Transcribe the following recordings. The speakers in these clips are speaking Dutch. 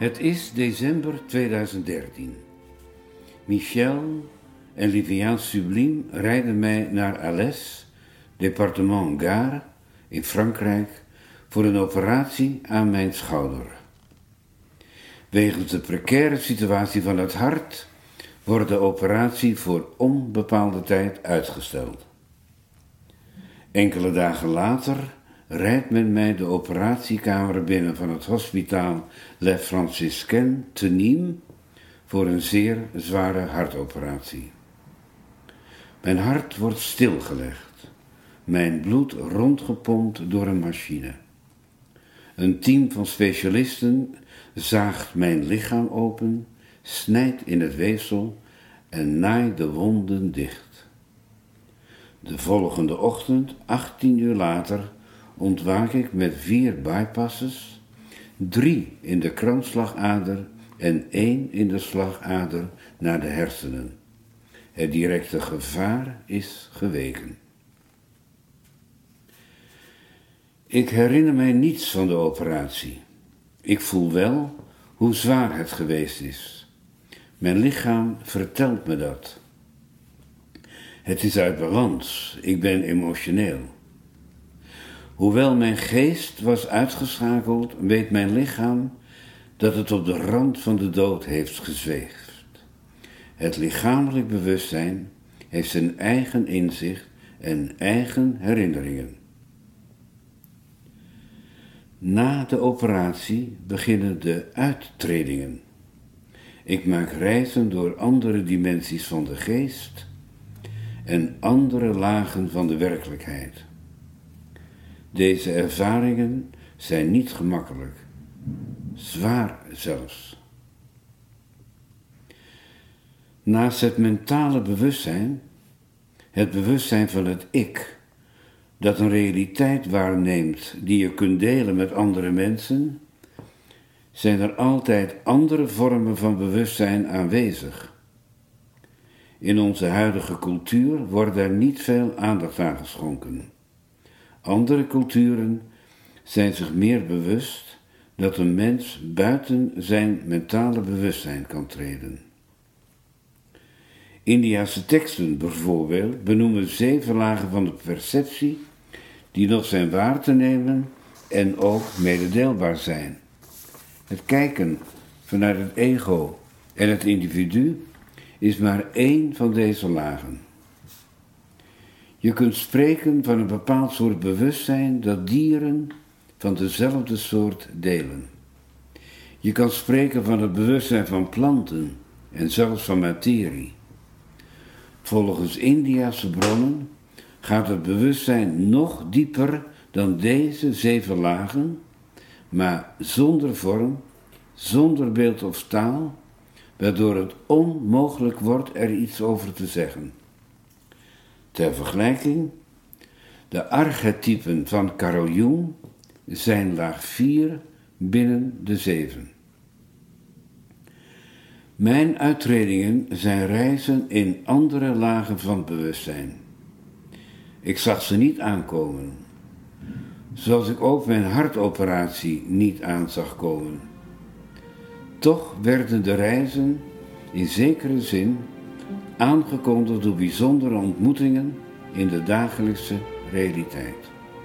Het is december 2013. Michel en Liviaan Sublime rijden mij naar Alès, departement Gard, in Frankrijk, voor een operatie aan mijn schouder. Wegens de precaire situatie van het hart wordt de operatie voor onbepaalde tijd uitgesteld. Enkele dagen later rijdt men mij de operatiekamer binnen van het hospitaal Les Franciscains te Nîmes voor een zeer zware hartoperatie. Mijn hart wordt stilgelegd, mijn bloed rondgepompt door een machine. Een team van specialisten zaagt mijn lichaam open, snijdt in het weefsel en naait de wonden dicht. De volgende ochtend, 18 uur later, ontwaak ik met 4 bypasses, 3 in de kransslagader en 1 in de slagader naar de hersenen. Het directe gevaar is geweken. Ik herinner mij niets van de operatie. Ik voel wel hoe zwaar het geweest is. Mijn lichaam vertelt me dat. Het is uit balans, ik ben emotioneel. Hoewel mijn geest was uitgeschakeld, weet mijn lichaam dat het op de rand van de dood heeft gezweefd. Het lichamelijk bewustzijn heeft zijn eigen inzicht en eigen herinneringen. Na de operatie beginnen de uittredingen. Ik maak reizen door andere dimensies van de geest en andere lagen van de werkelijkheid. Deze ervaringen zijn niet gemakkelijk, zwaar zelfs. Naast het mentale bewustzijn, het bewustzijn van het ik, dat een realiteit waarneemt die je kunt delen met andere mensen, zijn er altijd andere vormen van bewustzijn aanwezig. In onze huidige cultuur wordt daar niet veel aandacht aan geschonken. Andere culturen zijn zich meer bewust dat een mens buiten zijn mentale bewustzijn kan treden. Indiase teksten bijvoorbeeld benoemen 7 lagen van de perceptie die nog zijn waar te nemen en ook mededeelbaar zijn. Het kijken vanuit het ego en het individu is maar 1 van deze lagen. Je kunt spreken van een bepaald soort bewustzijn dat dieren van dezelfde soort delen. Je kan spreken van het bewustzijn van planten en zelfs van materie. Volgens Indiase bronnen gaat het bewustzijn nog dieper dan deze 7 lagen, maar zonder vorm, zonder beeld of taal, waardoor het onmogelijk wordt er iets over te zeggen. Ter vergelijking, de archetypen van Carl Jung zijn laag 4 binnen de 7. Mijn uittredingen zijn reizen in andere lagen van bewustzijn. Ik zag ze niet aankomen, zoals ik ook mijn hartoperatie niet aan zag komen. Toch werden de reizen in zekere zin aangekondigd door bijzondere ontmoetingen in de dagelijkse realiteit.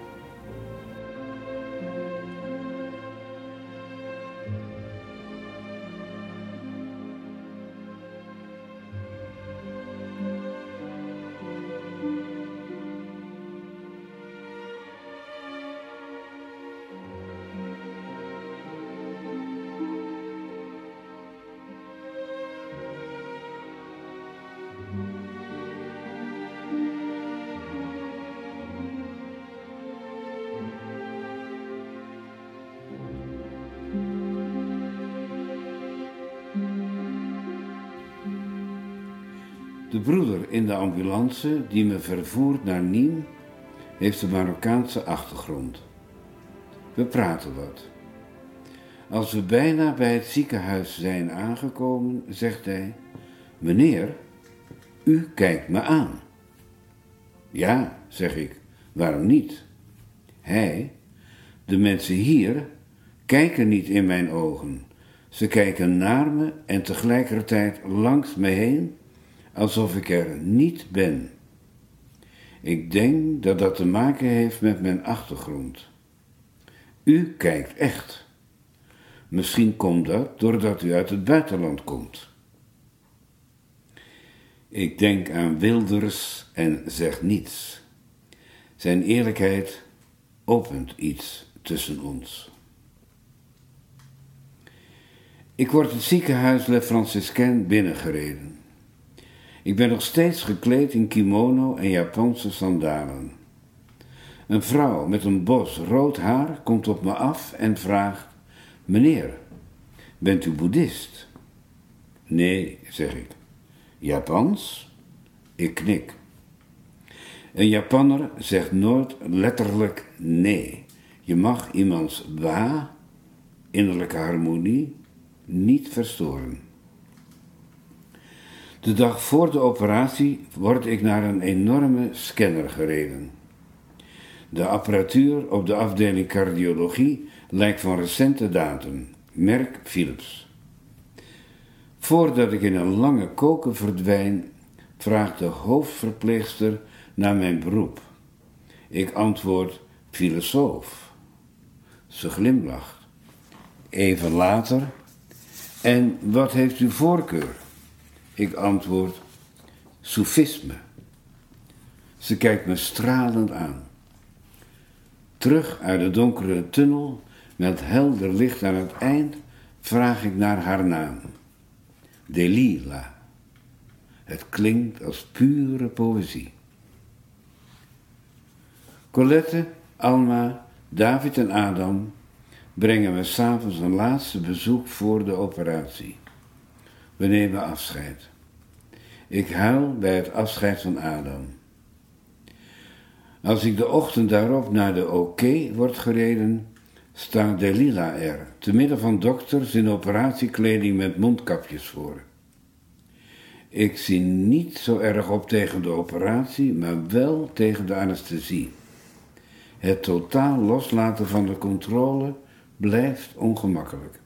De broeder in de ambulance die me vervoert naar Nîmes heeft een Marokkaanse achtergrond. We praten wat. Als we bijna bij het ziekenhuis zijn aangekomen, zegt hij: "Meneer, u kijkt me aan." "Ja," zeg ik, "waarom niet?" Hij: "De mensen hier kijken niet in mijn ogen. Ze kijken naar me en tegelijkertijd langs me heen, alsof ik er niet ben. Ik denk dat dat te maken heeft met mijn achtergrond. U kijkt echt. Misschien komt dat doordat u uit het buitenland komt. Ik denk aan Wilders en zeg niets. Zijn eerlijkheid opent iets tussen ons. Ik word het ziekenhuis Le Franciscain binnengereden. Ik ben nog steeds gekleed in kimono en Japanse sandalen. Een vrouw met een bos rood haar komt op me af en vraagt: Meneer, bent u boeddhist? Nee, zeg ik. Japans? Ik knik. Een Japanner zegt nooit letterlijk nee. Je mag iemands wa, innerlijke harmonie, niet verstoren. De dag voor de operatie word ik naar een enorme scanner gereden. De apparatuur op de afdeling cardiologie lijkt van recente datum, merk Philips. Voordat ik in een lange koker verdwijn, vraagt de hoofdverpleegster naar mijn beroep. Ik antwoord filosoof. Ze glimlacht. Even later: en wat heeft u voorkeur? Ik antwoord: soefisme. Ze kijkt me stralend aan. Terug uit de donkere tunnel, met helder licht aan het eind, vraag ik naar haar naam. Delila. Het klinkt als pure poëzie. Colette, Alma, David en Adam brengen me 's avonds een laatste bezoek voor de operatie. We nemen afscheid. Ik huil bij het afscheid van Adam. Als ik de ochtend daarop naar de OK word gereden, staat Delila er, te midden van dokters in operatiekleding met mondkapjes voor. Ik zie niet zo erg op tegen de operatie, maar wel tegen de anesthesie. Het totaal loslaten van de controle blijft ongemakkelijk.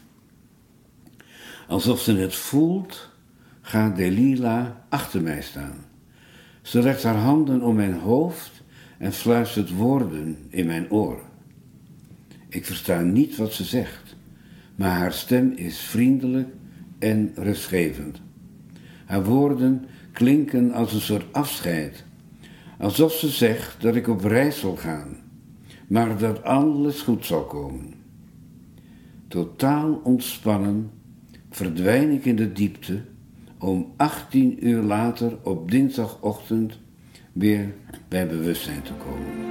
Alsof ze het voelt, gaat Delila achter mij staan. Ze legt haar handen om mijn hoofd en fluistert woorden in mijn oor. Ik versta niet wat ze zegt, maar haar stem is vriendelijk en rustgevend. Haar woorden klinken als een soort afscheid, alsof ze zegt dat ik op reis zal gaan, maar dat alles goed zal komen. Totaal ontspannen verdwijn ik in de diepte om 18 uur later op dinsdagochtend weer bij bewustzijn te komen.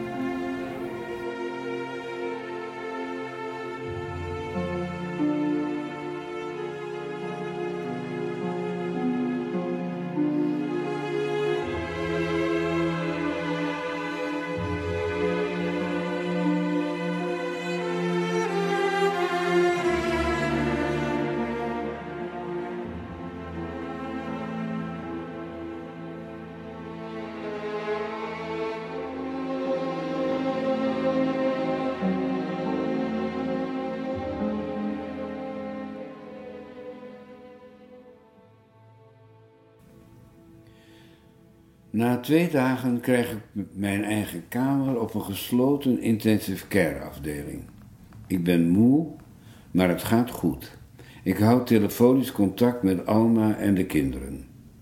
Na 2 dagen krijg ik mijn eigen kamer op een gesloten intensive care afdeling. Ik ben moe, maar het gaat goed. Ik houd telefonisch contact met Alma en de kinderen.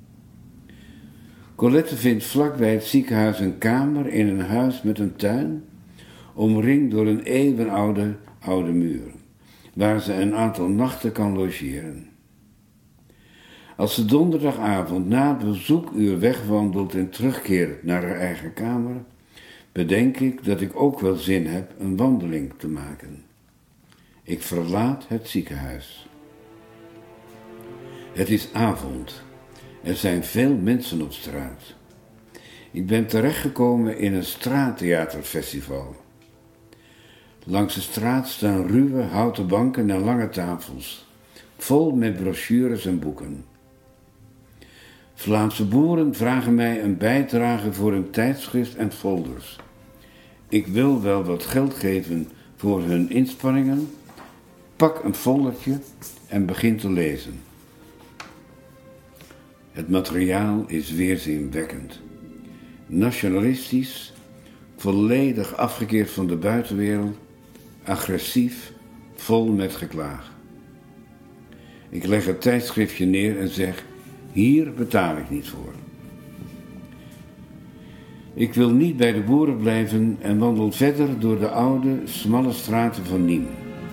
Colette vindt vlakbij het ziekenhuis een kamer in een huis met een tuin, omringd door een eeuwenoude oude muur, waar ze een aantal nachten kan logeren. Als ze donderdagavond na het bezoekuur wegwandelt en terugkeert naar haar eigen kamer, bedenk ik dat ik ook wel zin heb een wandeling te maken. Ik verlaat het ziekenhuis. Het is avond. Er zijn veel mensen op straat. Ik ben terechtgekomen in een straattheaterfestival. Langs de straat staan ruwe houten banken en lange tafels, vol met brochures en boeken. Vlaamse boeren vragen mij een bijdrage voor een tijdschrift en folders. Ik wil wel wat geld geven voor hun inspanningen, pak een foldertje en begin te lezen. Het materiaal is weerzinwekkend. Nationalistisch, volledig afgekeerd van de buitenwereld, agressief, vol met geklaag. Ik leg het tijdschriftje neer en zeg, hier betaal ik niet voor. Ik wil niet bij de boeren blijven en wandel verder door de oude, smalle straten van Nîmes.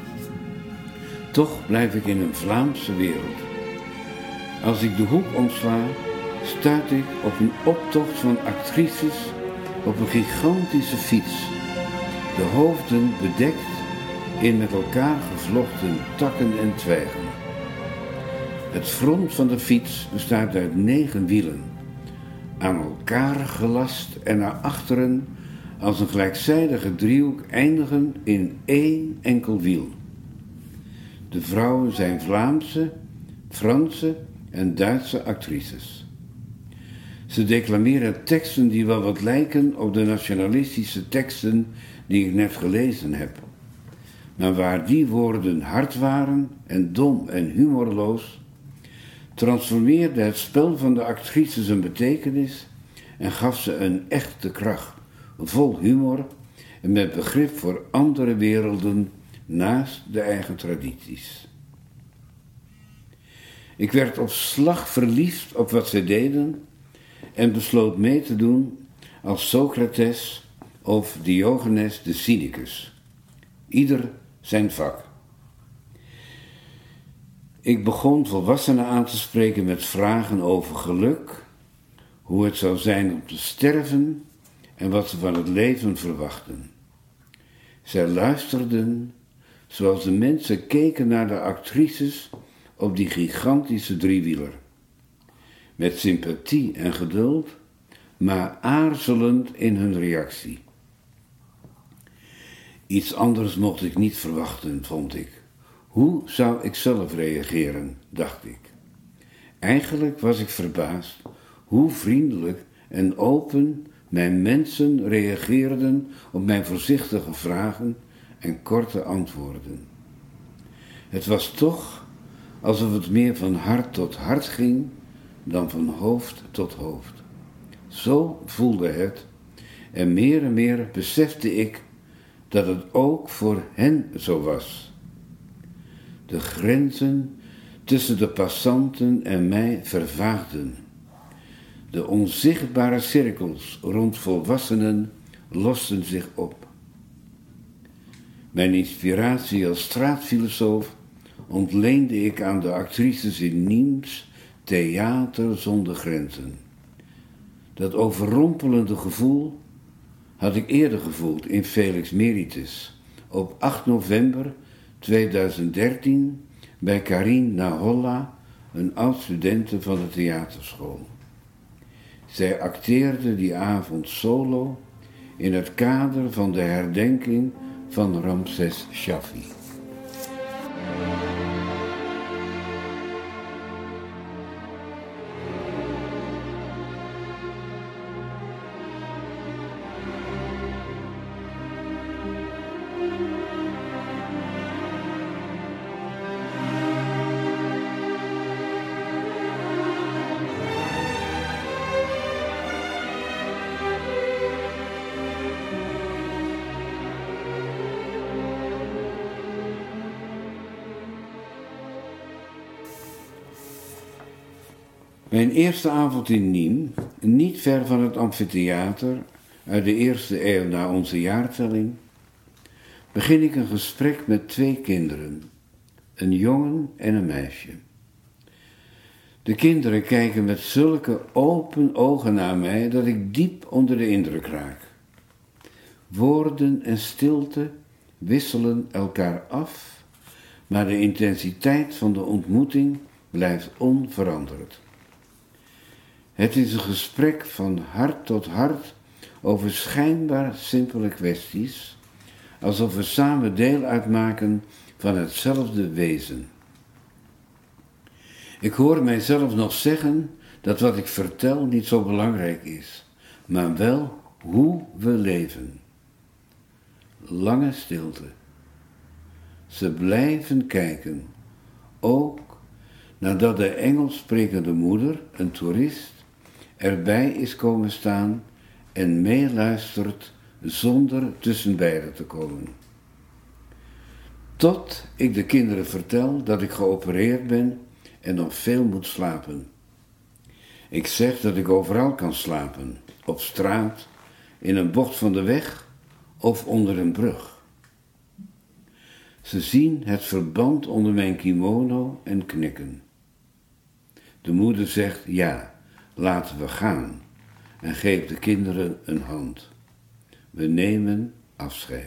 Toch blijf ik in een Vlaamse wereld. Als ik de hoek omsla, stuit ik op een optocht van actrices op een gigantische fiets. De hoofden bedekt in met elkaar gevlochten takken en twijgen. Het front van de fiets bestaat uit 9 wielen, aan elkaar gelast en naar achteren als een gelijkzijdige driehoek eindigen in 1 enkel wiel. De vrouwen zijn Vlaamse, Franse en Duitse actrices. Ze declameren teksten die wel wat lijken op de nationalistische teksten die ik net gelezen heb. Maar waar die woorden hard waren en dom en humorloos, transformeerde het spel van de actrices een betekenis en gaf ze een echte kracht, vol humor en met begrip voor andere werelden naast de eigen tradities. Ik werd op slag verliefd op wat zij deden en besloot mee te doen als Socrates of Diogenes de Cynicus. Ieder zijn vak. Ik begon volwassenen aan te spreken met vragen over geluk, hoe het zou zijn om te sterven en wat ze van het leven verwachten. Zij luisterden zoals de mensen keken naar de actrices op die gigantische driewieler. Met sympathie en geduld, maar aarzelend in hun reactie. Iets anders mocht ik niet verwachten, vond ik. Hoe zou ik zelf reageren, dacht ik. Eigenlijk was ik verbaasd hoe vriendelijk en open mijn mensen reageerden op mijn voorzichtige vragen en korte antwoorden. Het was toch alsof het meer van hart tot hart ging dan van hoofd tot hoofd. Zo voelde het en meer besefte ik dat het ook voor hen zo was. De grenzen tussen de passanten en mij vervaagden. De onzichtbare cirkels rond volwassenen losten zich op. Mijn inspiratie als straatfilosoof ontleende ik aan de actrices in Nîmes Theater zonder grenzen. Dat overrompelende gevoel had ik eerder gevoeld in Felix Meritis op 8 november 2013 bij Karin Naholla, een oud-studente van de theaterschool. Zij acteerde die avond solo in het kader van de herdenking van Ramses Shaffi. Mijn eerste avond in Nîmes, niet ver van het amfitheater, uit de 1e eeuw na onze jaartelling, begin ik een gesprek met 2 kinderen, een jongen en een meisje. De kinderen kijken met zulke open ogen naar mij dat ik diep onder de indruk raak. Woorden en stilte wisselen elkaar af, maar de intensiteit van de ontmoeting blijft onveranderd. Het is een gesprek van hart tot hart over schijnbaar simpele kwesties, alsof we samen deel uitmaken van hetzelfde wezen. Ik hoor mijzelf nog zeggen dat wat ik vertel niet zo belangrijk is, maar wel hoe we leven. Lange stilte. Ze blijven kijken, ook nadat de Engels sprekende moeder, een toerist, erbij is komen staan en meeluistert zonder tussen beiden te komen. Tot ik de kinderen vertel dat ik geopereerd ben en nog veel moet slapen. Ik zeg dat ik overal kan slapen, op straat, in een bocht van de weg of onder een brug. Ze zien het verband onder mijn kimono en knikken. De moeder zegt ja, laten we gaan en geeft de kinderen een hand. We nemen afscheid.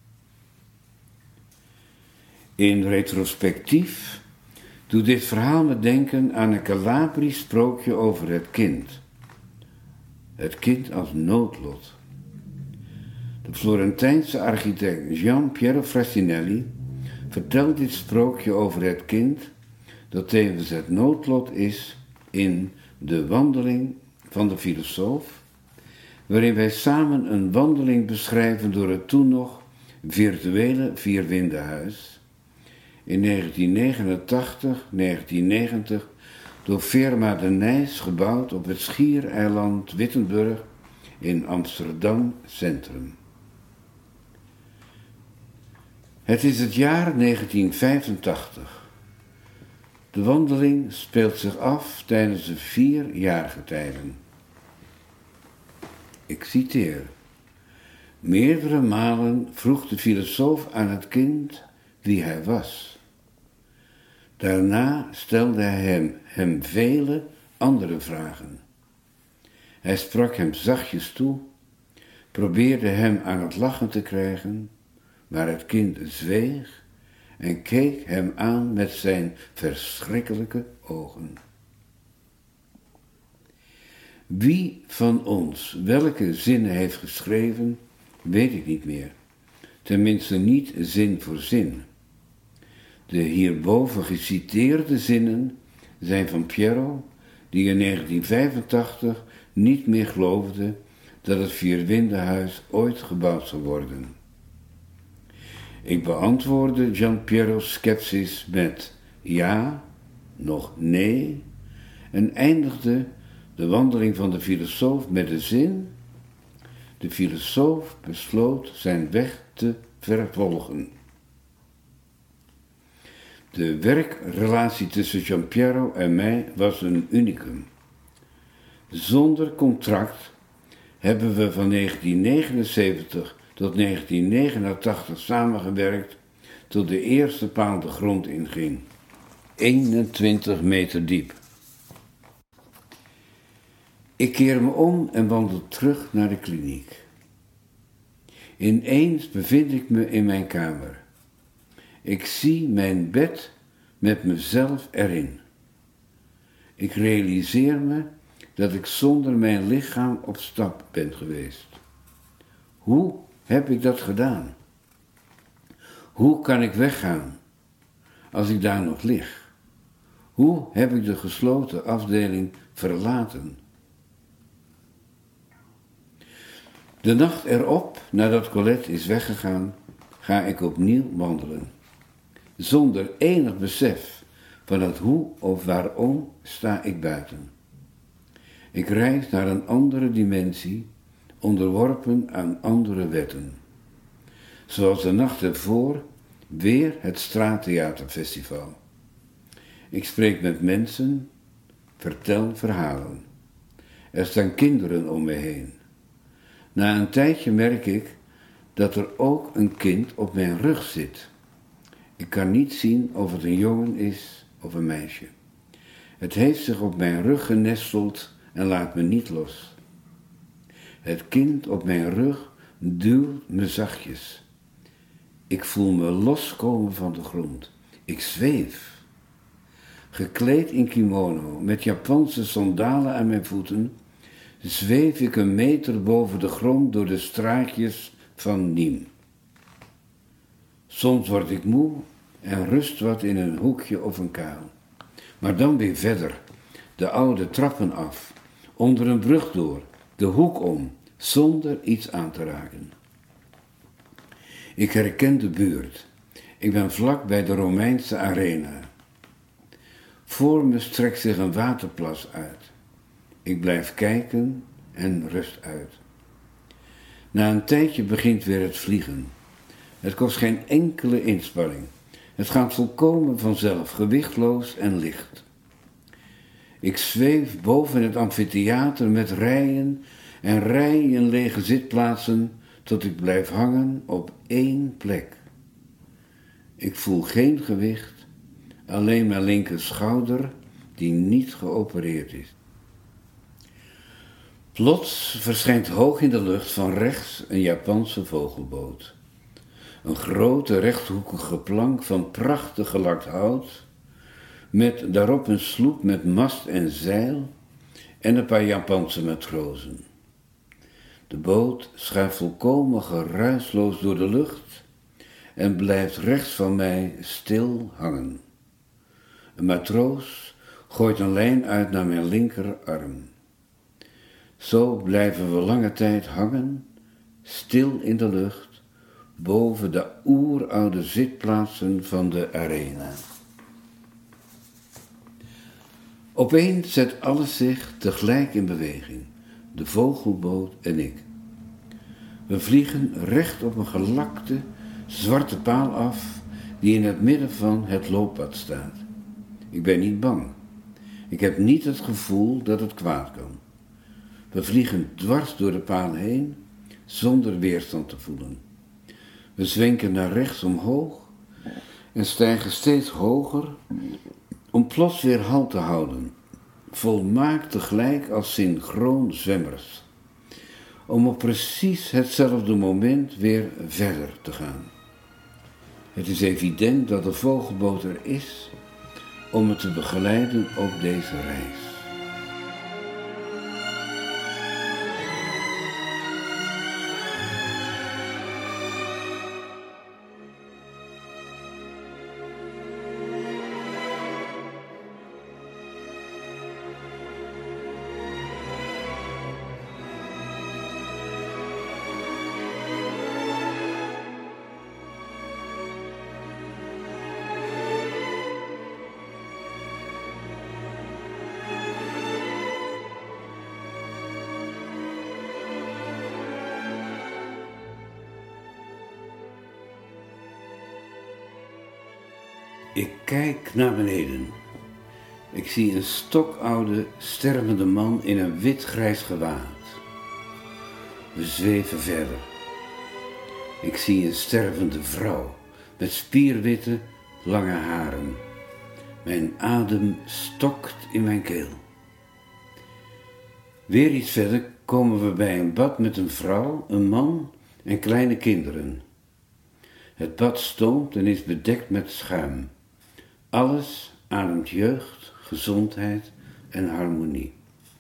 In retrospectief doet dit verhaal me denken aan een Calabrisch sprookje over het kind. Het kind als noodlot. De Florentijnse architect Gian Piero Frassinelli vertelt dit sprookje over het kind dat tevens het noodlot is in De Wandeling van de Filosoof, waarin wij samen een wandeling beschrijven door het toen nog virtuele Vierwindenhuis, in 1989-1990 door Firma de Nijs gebouwd op het schiereiland Wittenburg in Amsterdam Centrum. Het is het jaar 1985. De wandeling speelt zich af tijdens de 4 jaargetijden. Ik citeer. Meerdere malen vroeg de filosoof aan het kind wie hij was. Daarna stelde hij hem vele andere vragen. Hij sprak hem zachtjes toe, probeerde hem aan het lachen te krijgen, maar het kind zweeg en keek hem aan met zijn verschrikkelijke ogen. Wie van ons welke zinnen heeft geschreven, weet ik niet meer. Tenminste niet zin voor zin. De hierboven geciteerde zinnen zijn van Piero, die in 1985 niet meer geloofde dat het Vierwindenhuis ooit gebouwd zou worden. Ik beantwoordde Gian Piero's scepsis met ja, nog nee, en eindigde de wandeling van de filosoof met de zin: de filosoof besloot zijn weg te vervolgen. De werkrelatie tussen Gian Piero en mij was een unicum. Zonder contract hebben we van 1979 tot 1989 samengewerkt tot de eerste paal de grond inging. 21 meter diep. Ik keer me om en wandel terug naar de kliniek. Ineens bevind ik me in mijn kamer. Ik zie mijn bed met mezelf erin. Ik realiseer me dat ik zonder mijn lichaam op stap ben geweest. Hoe heb ik dat gedaan? Hoe kan ik weggaan als ik daar nog lig? Hoe heb ik de gesloten afdeling verlaten? De nacht erop, nadat Colette is weggegaan, ga ik opnieuw wandelen. Zonder enig besef van het hoe of waarom sta ik buiten. Ik reis naar een andere dimensie, onderworpen aan andere wetten. Zoals de nacht ervoor weer het straattheaterfestival. Ik spreek met mensen, vertel verhalen. Er staan kinderen om me heen. Na een tijdje merk ik dat er ook een kind op mijn rug zit. Ik kan niet zien of het een jongen is of een meisje. Het heeft zich op mijn rug genesteld en laat me niet los. Het kind op mijn rug duwt me zachtjes. Ik voel me loskomen van de grond. Ik zweef. Gekleed in kimono, met Japanse sandalen aan mijn voeten, zweef ik een meter boven de grond door de straatjes van Nîmes. Soms word ik moe en rust wat in een hoekje of een kuil. Maar dan weer verder, de oude trappen af, onder een brug door, de hoek om, zonder iets aan te raken. Ik herken de buurt. Ik ben vlak bij de Romeinse arena. Voor me strekt zich een waterplas uit. Ik blijf kijken en rust uit. Na een tijdje begint weer het vliegen. Het kost geen enkele inspanning. Het gaat volkomen vanzelf, gewichtloos en licht. Ik zweef boven het amfitheater met rijen en rijen lege zitplaatsen tot ik blijf hangen op één plek. Ik voel geen gewicht, alleen mijn linker schouder die niet geopereerd is. Plots verschijnt hoog in de lucht van rechts een Japanse vogelboot. Een grote rechthoekige plank van prachtig gelakt hout, met daarop een sloep met mast en zeil en een paar Japanse matrozen. De boot schuift volkomen geruisloos door de lucht en blijft rechts van mij stil hangen. Een matroos gooit een lijn uit naar mijn linkerarm. Zo blijven we lange tijd hangen, stil in de lucht, boven de oeroude zitplaatsen van de arena. Opeens zet alles zich tegelijk in beweging, de vogelboot en ik. We vliegen recht op een gelakte, zwarte paal af die in het midden van het looppad staat. Ik ben niet bang. Ik heb niet het gevoel dat het kwaad kan. We vliegen dwars door de paal heen, zonder weerstand te voelen. We zwenken naar rechts omhoog en stijgen steeds hoger om plots weer halt te houden, volmaakt tegelijk als synchroon zwemmers, om op precies hetzelfde moment weer verder te gaan. Het is evident dat de vogelboot er is om me te begeleiden op deze reis. Ik kijk naar beneden. Ik zie een stokoude, stervende man in een wit-grijs gewaad. We zweven verder. Ik zie een stervende vrouw met spierwitte, lange haren. Mijn adem stokt in mijn keel. Weer iets verder komen we bij een bad met een vrouw, een man en kleine kinderen. Het bad stoomt en is bedekt met schuim. Alles ademt jeugd, gezondheid en harmonie.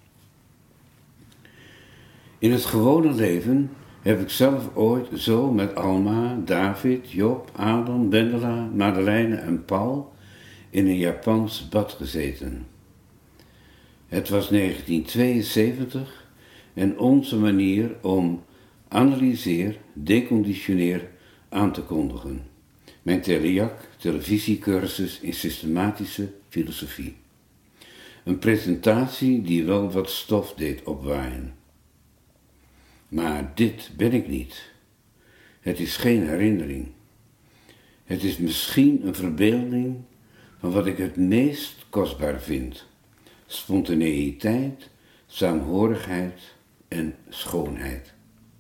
In het gewone leven heb ik zelf ooit zo met Alma, David, Job, Adam, Wendela, Madeleine en Paul in een Japans bad gezeten. Het was 1972 en onze manier om analyseer, deconditioneer aan te kondigen. Mijn televisiecursus in systematische filosofie. Een presentatie die wel wat stof deed opwaaien. Maar dit ben ik niet. Het is geen herinnering. Het is misschien een verbeelding van wat ik het meest kostbaar vind. Spontaneïteit, saamhorigheid en schoonheid.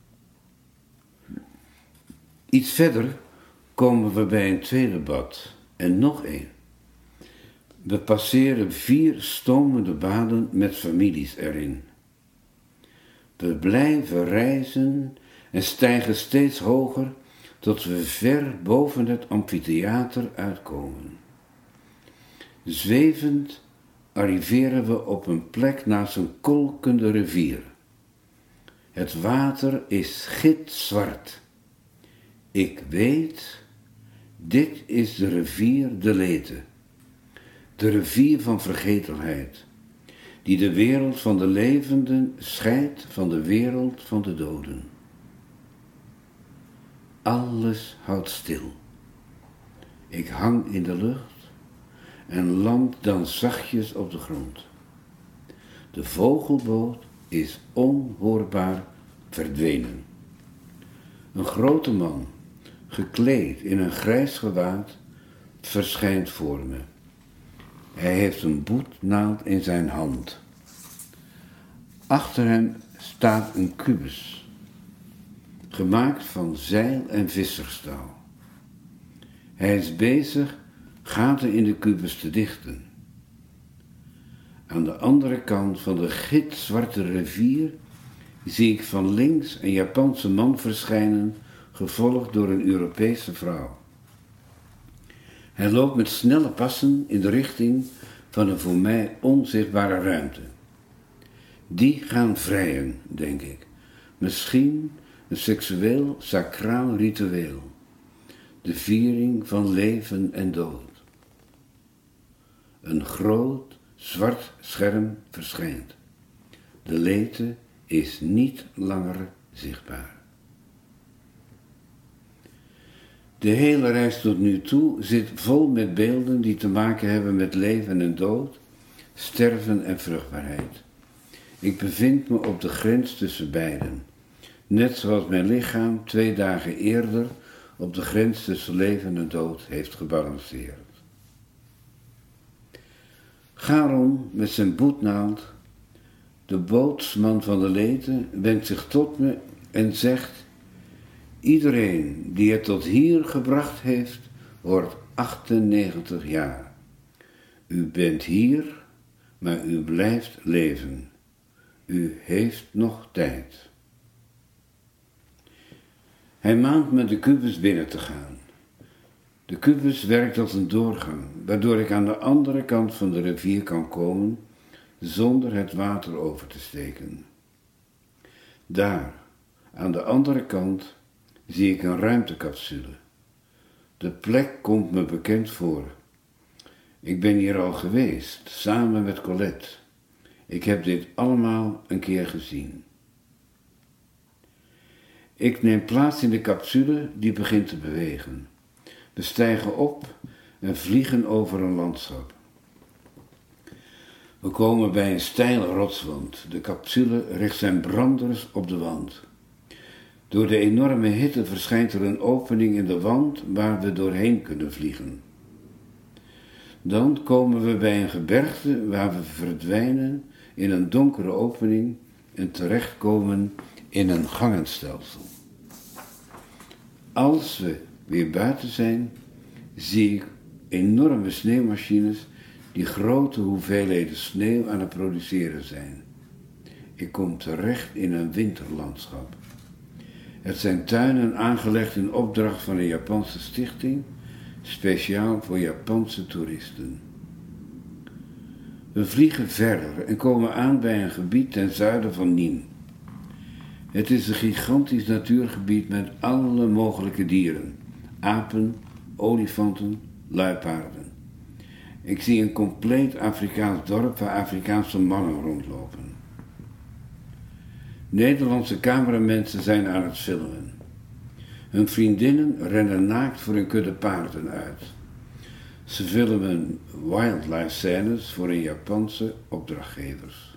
Iets verder komen we bij een tweede bad en nog één. We passeren 4 stomende baden met families erin. We blijven reizen en stijgen steeds hoger tot we ver boven het amfitheater uitkomen. Zwevend arriveren we op een plek naast een kolkende rivier. Het water is gitzwart. Ik weet, dit is de rivier de Lethe, de rivier van vergetelheid, die de wereld van de levenden scheidt van de wereld van de doden. Alles houdt stil. Ik hang in de lucht en land dan zachtjes op de grond. De vogelboot is onhoorbaar verdwenen. Een grote man, gekleed in een grijs gewaad, verschijnt voor me. Hij heeft een boetnaald in zijn hand. Achter hem staat een kubus, gemaakt van zeil en visserstaal. Hij is bezig gaten in de kubus te dichten. Aan de andere kant van de gitzwarte rivier zie ik van links een Japanse man verschijnen, gevolgd door een Europese vrouw. Hij loopt met snelle passen in de richting van een voor mij onzichtbare ruimte. Die gaan vrijen, denk ik. Misschien een seksueel, sacraal ritueel. De viering van leven en dood. Een groot, zwart scherm verschijnt. De lete is niet langer zichtbaar. De hele reis tot nu toe zit vol met beelden die te maken hebben met leven en dood, sterven en vruchtbaarheid. Ik bevind me op de grens tussen beiden, net zoals mijn lichaam 2 dagen eerder op de grens tussen leven en dood heeft gebalanceerd. Charon met zijn boetnaald, de bootsman van de lete, wendt zich tot me en zegt: iedereen die het tot hier gebracht heeft, wordt 98 jaar. U bent hier, maar u blijft leven. U heeft nog tijd. Hij maant me de kubus binnen te gaan. De kubus werkt als een doorgang, waardoor ik aan de andere kant van de rivier kan komen, zonder het water over te steken. Daar, aan de andere kant, zie ik een ruimtecapsule. De plek komt me bekend voor. Ik ben hier al geweest, samen met Colette. Ik heb dit allemaal een keer gezien. Ik neem plaats in de capsule die begint te bewegen. We stijgen op en vliegen over een landschap. We komen bij een steile rotswand. De capsule richt zijn branders op de wand. Door de enorme hitte verschijnt er een opening in de wand waar we doorheen kunnen vliegen. Dan komen we bij een gebergte waar we verdwijnen in een donkere opening en terechtkomen in een gangenstelsel. Als we weer buiten zijn, zie ik enorme sneeuwmachines die grote hoeveelheden sneeuw aan het produceren zijn. Ik kom terecht in een winterlandschap. Het zijn tuinen aangelegd in opdracht van een Japanse stichting, speciaal voor Japanse toeristen. We vliegen verder en komen aan bij een gebied ten zuiden van Nîmes. Het is een gigantisch natuurgebied met alle mogelijke dieren, apen, olifanten, luipaarden. Ik zie een compleet Afrikaans dorp waar Afrikaanse mannen rondlopen. Nederlandse cameramensen zijn aan het filmen. Hun vriendinnen rennen naakt voor een kudde paarden uit. Ze filmen wildlife scènes voor een Japanse opdrachtgevers.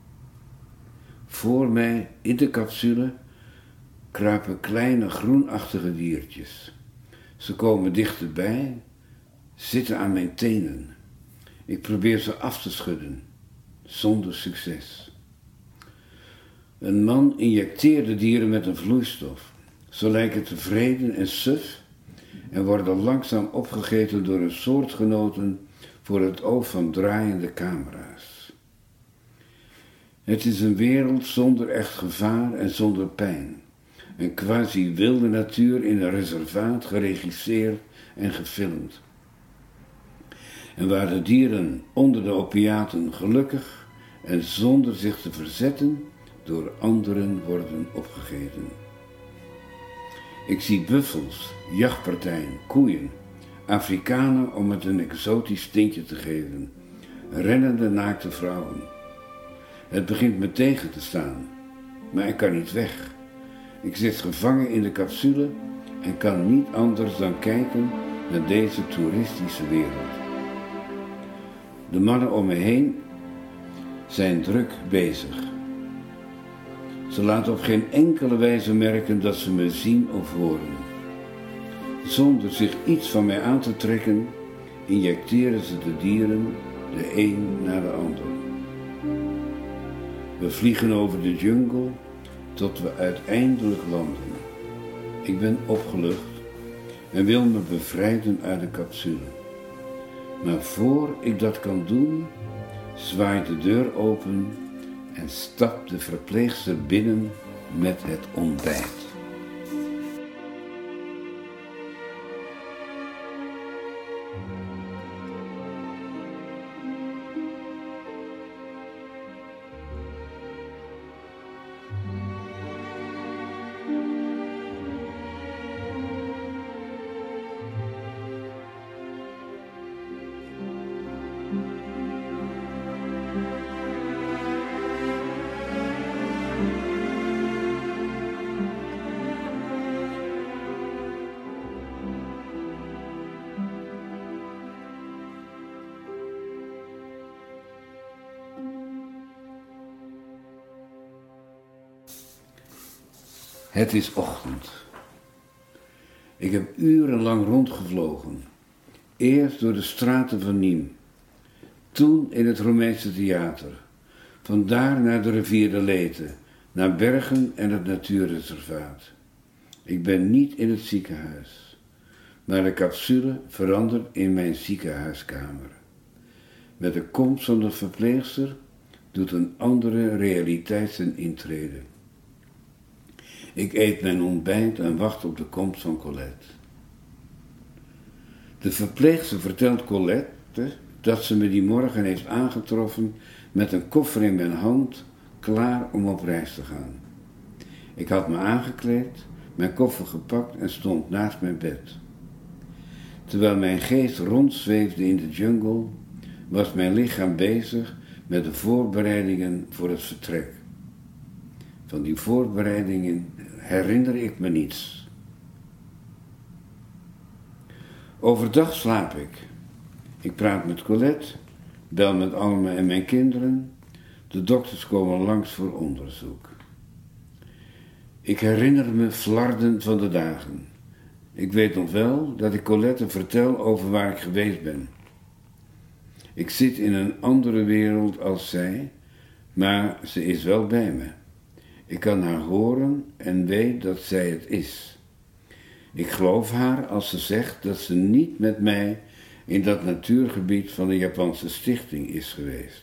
Voor mij in de capsule kruipen kleine groenachtige diertjes. Ze komen dichterbij, zitten aan mijn tenen. Ik probeer ze af te schudden, zonder succes. Een man injecteert de dieren met een vloeistof. Ze lijken tevreden en suf en worden langzaam opgegeten door hun soortgenoten voor het oog van draaiende camera's. Het is een wereld zonder echt gevaar en zonder pijn. Een quasi-wilde natuur in een reservaat geregisseerd en gefilmd. En waar de dieren onder de opiaten gelukkig en zonder zich te verzetten door anderen worden opgegeten. Ik zie buffels, jachtpartijen, koeien, Afrikanen om het een exotisch tintje te geven, rennende naakte vrouwen. Het begint me tegen te staan, maar ik kan niet weg. Ik zit gevangen in de capsule en kan niet anders dan kijken naar deze toeristische wereld. De mannen om me heen zijn druk bezig. Ze laten op geen enkele wijze merken dat ze me zien of horen. Zonder zich iets van mij aan te trekken, injecteren ze de dieren, de een na de ander. We vliegen over de jungle tot we uiteindelijk landen. Ik ben opgelucht en wil me bevrijden uit de capsule. Maar voor ik dat kan doen, zwaait de deur open en stapt de verpleegster binnen met het ontbijt. Het is ochtend. Ik heb urenlang rondgevlogen. Eerst door de straten van Nîmes. Toen in het Romeinse theater. Vandaar naar de rivier de Leete, naar Bergen en het natuurreservaat. Ik ben niet in het ziekenhuis, maar de capsule verandert in mijn ziekenhuiskamer. Met de komst van de verpleegster doet een andere realiteit zijn intrede. Ik eet mijn ontbijt en wacht op de komst van Colette. De verpleegster vertelt Colette dat ze me die morgen heeft aangetroffen met een koffer in mijn hand, klaar om op reis te gaan. Ik had me aangekleed, mijn koffer gepakt en stond naast mijn bed. Terwijl mijn geest rondzweefde in de jungle, was mijn lichaam bezig met de voorbereidingen voor het vertrek. Van die voorbereidingen herinner ik me niets. Overdag slaap ik. Ik praat met Colette, bel met Alma en mijn kinderen. De dokters komen langs voor onderzoek. Ik herinner me flarden van de dagen. Ik weet nog wel dat ik Colette vertel over waar ik geweest ben. Ik zit in een andere wereld als zij, maar ze is wel bij me. Ik kan haar horen en weet dat zij het is. Ik geloof haar als ze zegt dat ze niet met mij in dat natuurgebied van de Japanse stichting is geweest.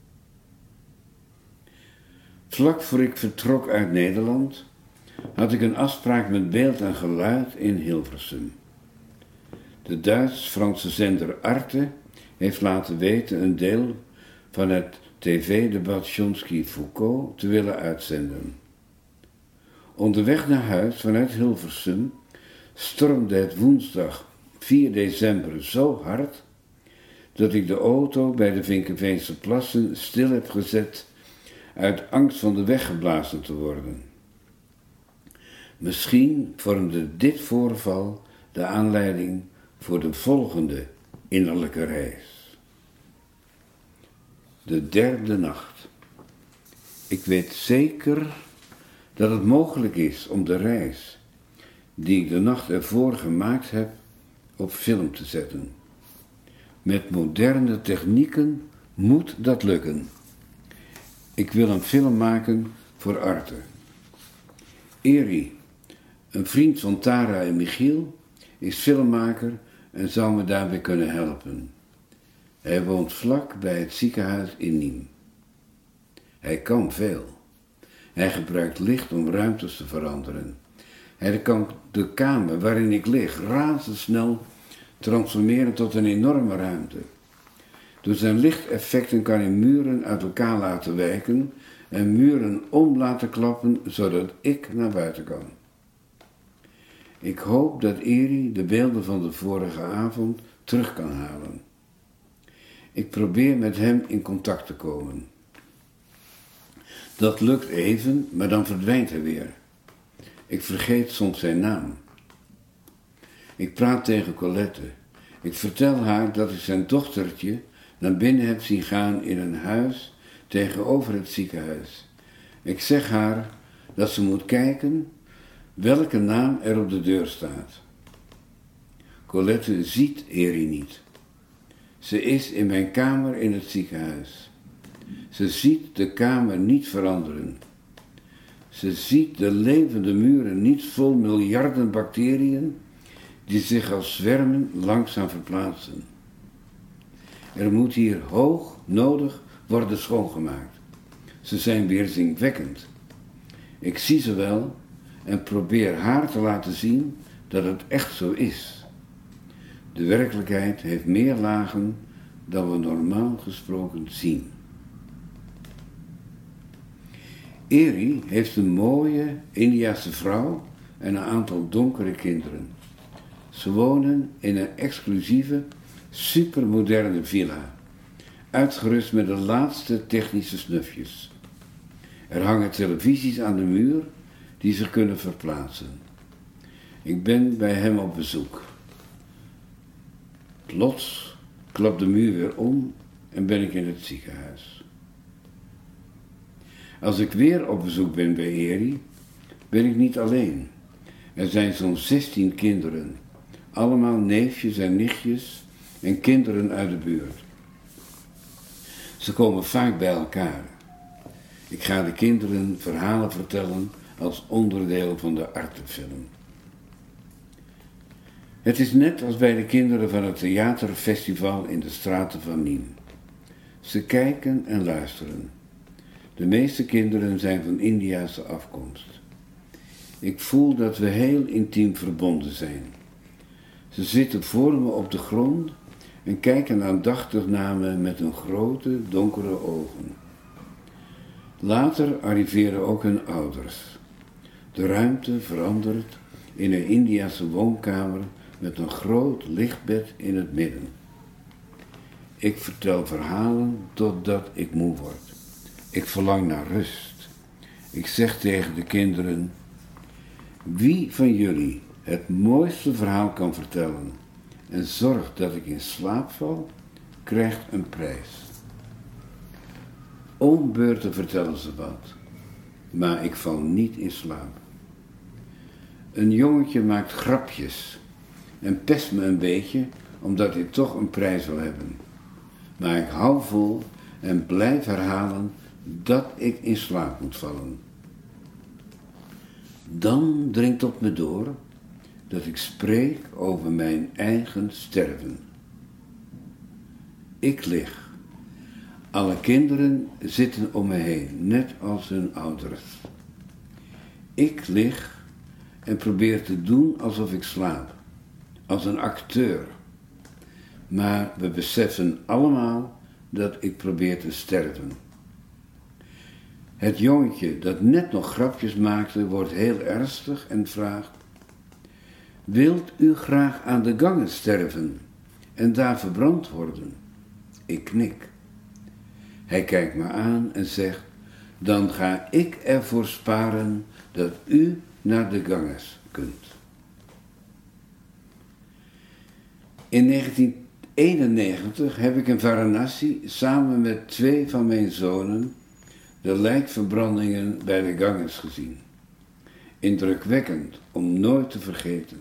Vlak voor ik vertrok uit Nederland had ik een afspraak met beeld en geluid in Hilversum. De Duits-Franse zender Arte heeft laten weten een deel van het tv-debat Chomsky-Foucault te willen uitzenden. Onderweg naar huis vanuit Hilversum stormde het woensdag 4 december zo hard dat ik de auto bij de Vinkenveense Plassen stil heb gezet uit angst van de weg geblazen te worden. Misschien vormde dit voorval de aanleiding voor de volgende innerlijke reis. De derde nacht. Ik weet zeker dat het mogelijk is om de reis die ik de nacht ervoor gemaakt heb op film te zetten. Met moderne technieken moet dat lukken. Ik wil een film maken voor Arte. Eri, een vriend van Tara en Michiel, is filmmaker en zou me daarbij kunnen helpen. Hij woont vlak bij het ziekenhuis in Nîmes. Hij kan veel. Hij gebruikt licht om ruimtes te veranderen. Hij kan de kamer waarin ik lig razendsnel transformeren tot een enorme ruimte. Door zijn lichteffecten kan hij muren uit elkaar laten wijken en muren om laten klappen, zodat ik naar buiten kan. Ik hoop dat Eri de beelden van de vorige avond terug kan halen. Ik probeer met hem in contact te komen. Dat lukt even, maar dan verdwijnt hij weer. Ik vergeet soms zijn naam. Ik praat tegen Colette. Ik vertel haar dat ik zijn dochtertje naar binnen heb zien gaan in een huis tegenover het ziekenhuis. Ik zeg haar dat ze moet kijken welke naam er op de deur staat. Colette ziet Eri niet. Ze is in mijn kamer in het ziekenhuis. Ze ziet de kamer niet veranderen. Ze ziet de levende muren niet vol miljarden bacteriën die zich als zwermen langzaam verplaatsen. Er moet hier hoog nodig worden schoongemaakt. Ze zijn weerzinwekkend. Ik zie ze wel en probeer haar te laten zien dat het echt zo is. De werkelijkheid heeft meer lagen dan we normaal gesproken zien. Eri heeft een mooie Indiase vrouw en een aantal donkere kinderen. Ze wonen in een exclusieve, supermoderne villa, uitgerust met de laatste technische snufjes. Er hangen televisies aan de muur die zich kunnen verplaatsen. Ik ben bij hem op bezoek. Plots klapt de muur weer om en ben ik in het ziekenhuis. Als ik weer op bezoek ben bij Eri, ben ik niet alleen. Er zijn zo'n 16 kinderen, allemaal neefjes en nichtjes en kinderen uit de buurt. Ze komen vaak bij elkaar. Ik ga de kinderen verhalen vertellen als onderdeel van de artenfilm. Het is net als bij de kinderen van het theaterfestival in de straten van Nîmes. Ze kijken en luisteren. De meeste kinderen zijn van Indiase afkomst. Ik voel dat we heel intiem verbonden zijn. Ze zitten voor me op de grond en kijken aandachtig naar me met hun grote, donkere ogen. Later arriveren ook hun ouders. De ruimte verandert in een Indiase woonkamer met een groot lichtbed in het midden. Ik vertel verhalen totdat ik moe word. Ik verlang naar rust. Ik zeg tegen de kinderen: wie van jullie het mooiste verhaal kan vertellen en zorgt dat ik in slaap val, krijgt een prijs. Om beurten vertellen ze wat, maar ik val niet in slaap. Een jongetje maakt grapjes en pest me een beetje omdat hij toch een prijs wil hebben. Maar ik hou vol en blijf herhalen dat ik in slaap moet vallen. Dan dringt op me door dat ik spreek over mijn eigen sterven. Ik lig. Alle kinderen zitten om me heen, net als hun ouders. Ik lig en probeer te doen alsof ik slaap, als een acteur. Maar we beseffen allemaal dat ik probeer te sterven. Het jongetje dat net nog grapjes maakte, wordt heel ernstig en vraagt: wilt u graag aan de gangen sterven en daar verbrand worden? Ik knik. Hij kijkt me aan en zegt: dan ga ik ervoor sparen dat u naar de ganges kunt. In 1991 heb ik in Varanasi samen met 2 van mijn zonen de lijkverbrandingen bij de ganges gezien. Indrukwekkend om nooit te vergeten.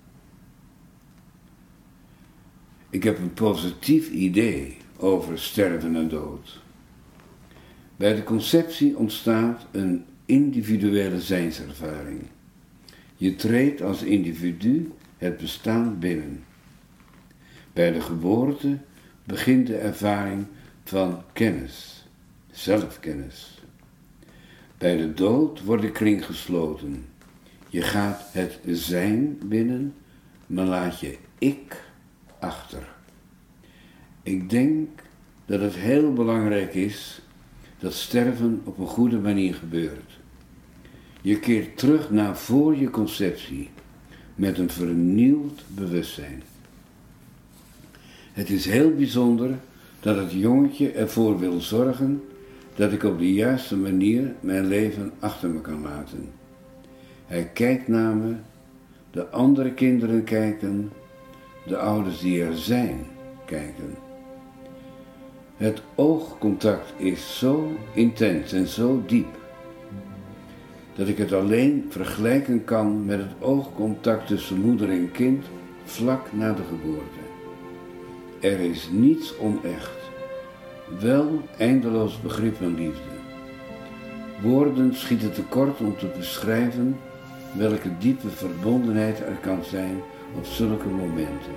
Ik heb een positief idee over sterven en dood. Bij de conceptie ontstaat een individuele zijnservaring. Je treedt als individu het bestaan binnen. Bij de geboorte begint de ervaring van kennis, zelfkennis. Bij de dood wordt de kring gesloten. Je gaat het zijn binnen, maar laat je ik achter. Ik denk dat het heel belangrijk is dat sterven op een goede manier gebeurt. Je keert terug naar voor je conceptie, met een vernieuwd bewustzijn. Het is heel bijzonder dat het jongetje ervoor wil zorgen dat ik op de juiste manier mijn leven achter me kan laten. Hij kijkt naar me, de andere kinderen kijken, de ouders die er zijn kijken. Het oogcontact is zo intens en zo diep, dat ik het alleen vergelijken kan met het oogcontact tussen moeder en kind vlak na de geboorte. Er is niets onecht, wel eindeloos begrip van liefde. Woorden schieten tekort om te beschrijven welke diepe verbondenheid er kan zijn op zulke momenten.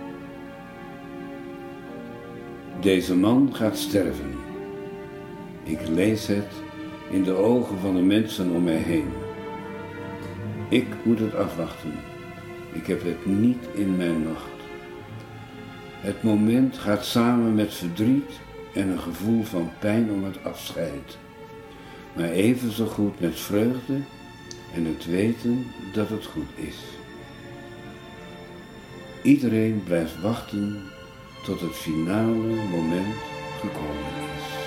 Deze man gaat sterven. Ik lees het in de ogen van de mensen om mij heen. Ik moet het afwachten. Ik heb het niet in mijn macht. Het moment gaat samen met verdriet en een gevoel van pijn om het afscheid. Maar even zo goed met vreugde en het weten dat het goed is. Iedereen blijft wachten tot het finale moment gekomen is.